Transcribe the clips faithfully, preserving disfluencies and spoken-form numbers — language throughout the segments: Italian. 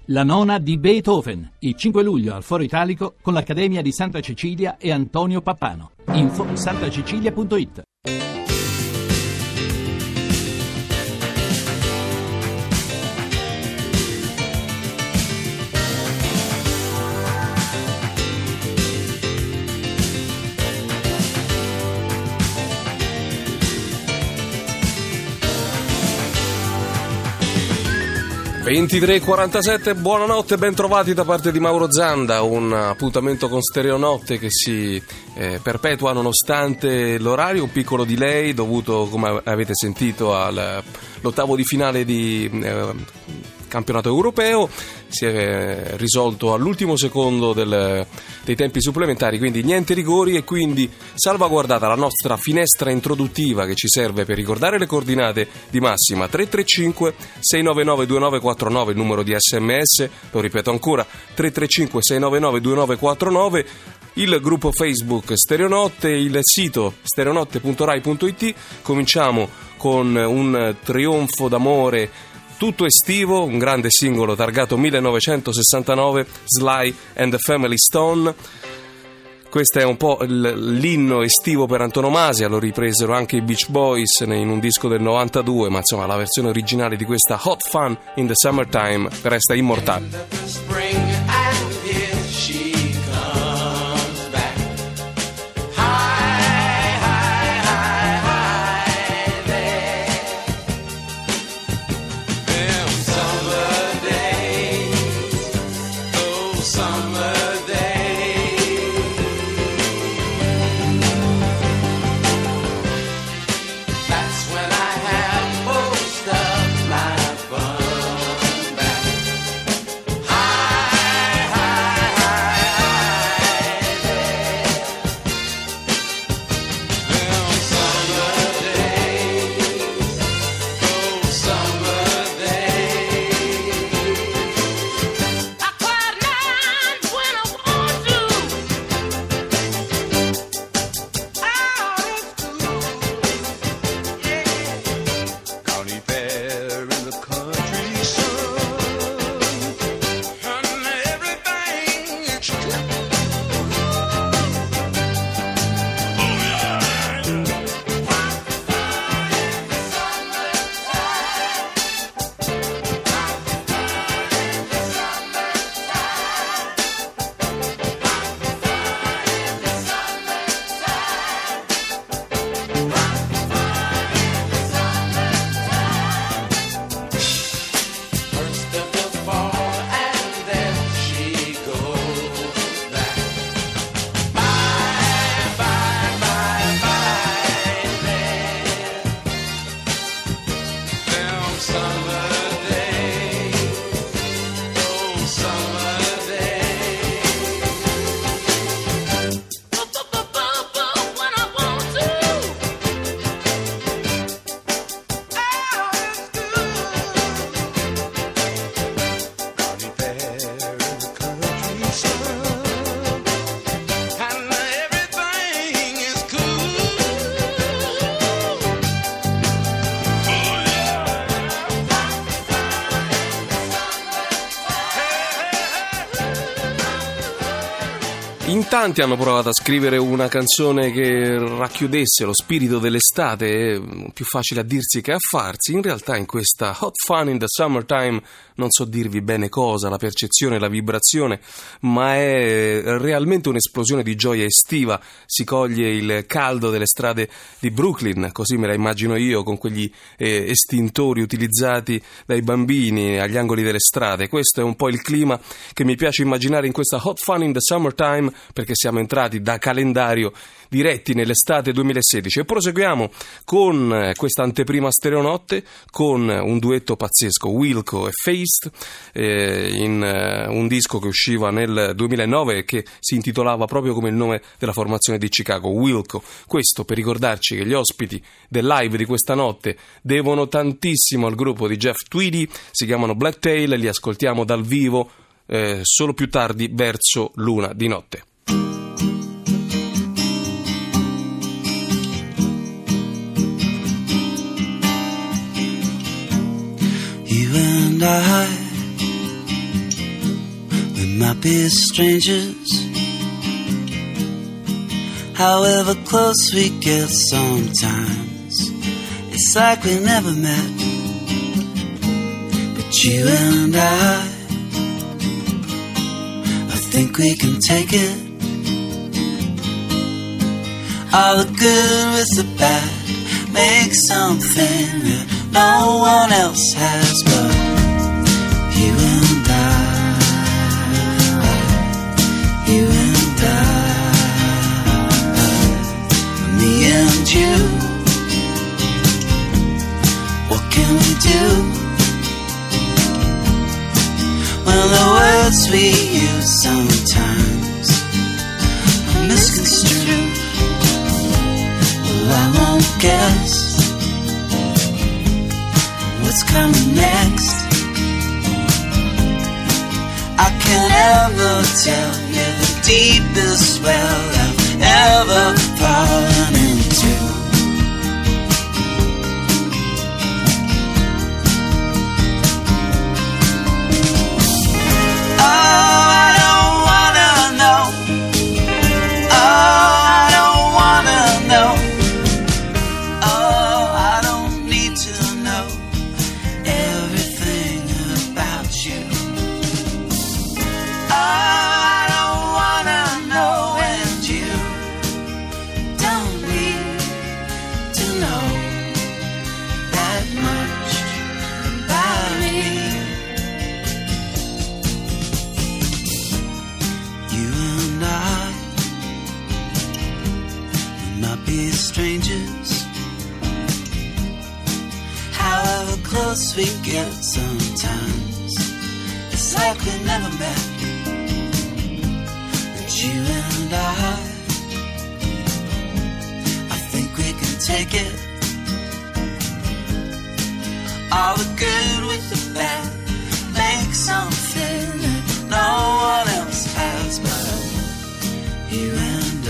La nona di Beethoven, il cinque luglio al Foro Italico con l'Accademia di Santa Cecilia e Antonio Pappano. Info santacecilia punto it. ventitré e quarantasette, buonanotte, ben trovati da parte di Mauro Zanda, un appuntamento con Stereonotte che si eh, perpetua nonostante l'orario, un piccolo delay dovuto, come avete sentito, all'ottavo di finale di eh, campionato europeo. Si è risolto all'ultimo secondo del, dei tempi supplementari, quindi niente rigori e quindi salvaguardata la nostra finestra introduttiva che ci serve per ricordare le coordinate di massima. Tre tre cinque sei nove nove due nove quattro nove il numero di sms, lo ripeto ancora, tre tre cinque sei nove nove due nove quattro nove, il gruppo Facebook Stereonotte, il sito stereonotte punto rai punto it. Cominciamo con un trionfo d'amore tutto estivo, un grande singolo targato millenovecentosessantanove, Sly and the Family Stone. Questo è un po' l'inno estivo per antonomasia, lo ripresero anche i Beach Boys in un disco del novantadue, ma insomma la versione originale di questa Hot Fun in the Summertime resta immortale. In tanti hanno provato a scrivere una canzone che racchiudesse lo spirito dell'estate, più facile a dirsi che a farsi. In realtà in questa Hot Fun in the Summertime non so dirvi bene cosa, la percezione, la vibrazione, ma è realmente un'esplosione di gioia estiva. Si coglie il caldo delle strade di Brooklyn, così me la immagino io, con quegli eh, estintori utilizzati dai bambini agli angoli delle strade. Questo è un po' il clima che mi piace immaginare in questa Hot Fun in the Summertime, perché siamo entrati da calendario diretti nell'estate duemilasedici e proseguiamo con questa anteprima Stereonotte con un duetto pazzesco, Wilco e Feist, eh, in uh, un disco che usciva nel duemilanove e che si intitolava proprio come il nome della formazione di Chicago, Wilco. Questo per ricordarci che gli ospiti del live di questa notte devono tantissimo al gruppo di Jeff Tweedy, si chiamano Blacktail e li ascoltiamo dal vivo eh, solo più tardi verso l'una di notte. You and I might be strangers, however close we get sometimes, it's like we never met. But you and I, I think we can take it. All the good with the bad, make something that no one else has but you and I. You and I, me and you. What can we do when the words we use sometimes are misconstrued? Well, I won't guess what's coming next. I can't ever tell you the deepest well I've ever fallen into. Oh, I don't wanna know. Oh, I don't wanna know. Oh, I don't need to know everything about you. Oh, I don't wanna know, and you don't need to know that much about me. You and I, we might be strangers, however close we get sometimes, it's like we never met. You and I, I think we can take it. All the good with the bad, make something that no one else has but you and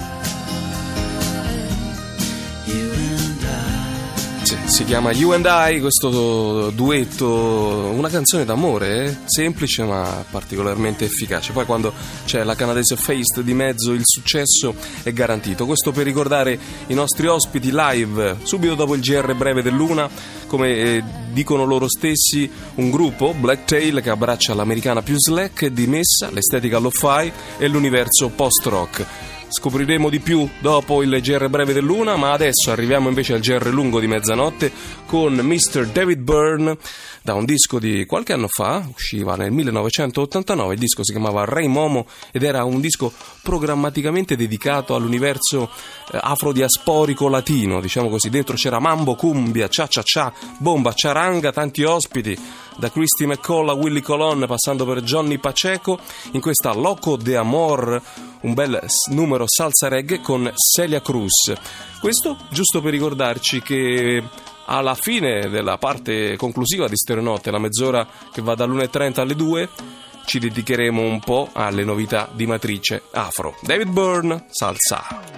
I. You and I. Sì, si chiama You and I, questo duetto, una canzone d'amore, eh? Semplice ma particolarmente efficace. Poi quando c'è la canadese Feist di mezzo il successo è garantito. Questo per ricordare i nostri ospiti live subito dopo il G R breve dell'una, come eh, dicono loro stessi, un gruppo, Blacktail, che abbraccia l'americana più slack e dimessa, l'estetica lo-fi e l'universo post-rock. Scopriremo di più dopo il G R breve dell'una, ma adesso arriviamo invece al G R lungo di mezzanotte con mister David Byrne, da un disco di qualche anno fa, usciva nel millenovecentottantanove, il disco si chiamava Rey Momo ed era un disco programmaticamente dedicato all'universo eh, afrodiasporico latino, diciamo così. Dentro c'era mambo, cumbia, cia cia cia, bomba, charanga, tanti ospiti, da Christy McCall a Willie Colon passando per Johnny Pacheco, in questa Loco de Amor, un bel numero salsa reggae con Celia Cruz. Questo giusto per ricordarci che alla fine della parte conclusiva di Stereonotte, la mezz'ora che va dall'una e trenta alle due, ci dedicheremo un po' alle novità di matrice afro. David Byrne, salsa.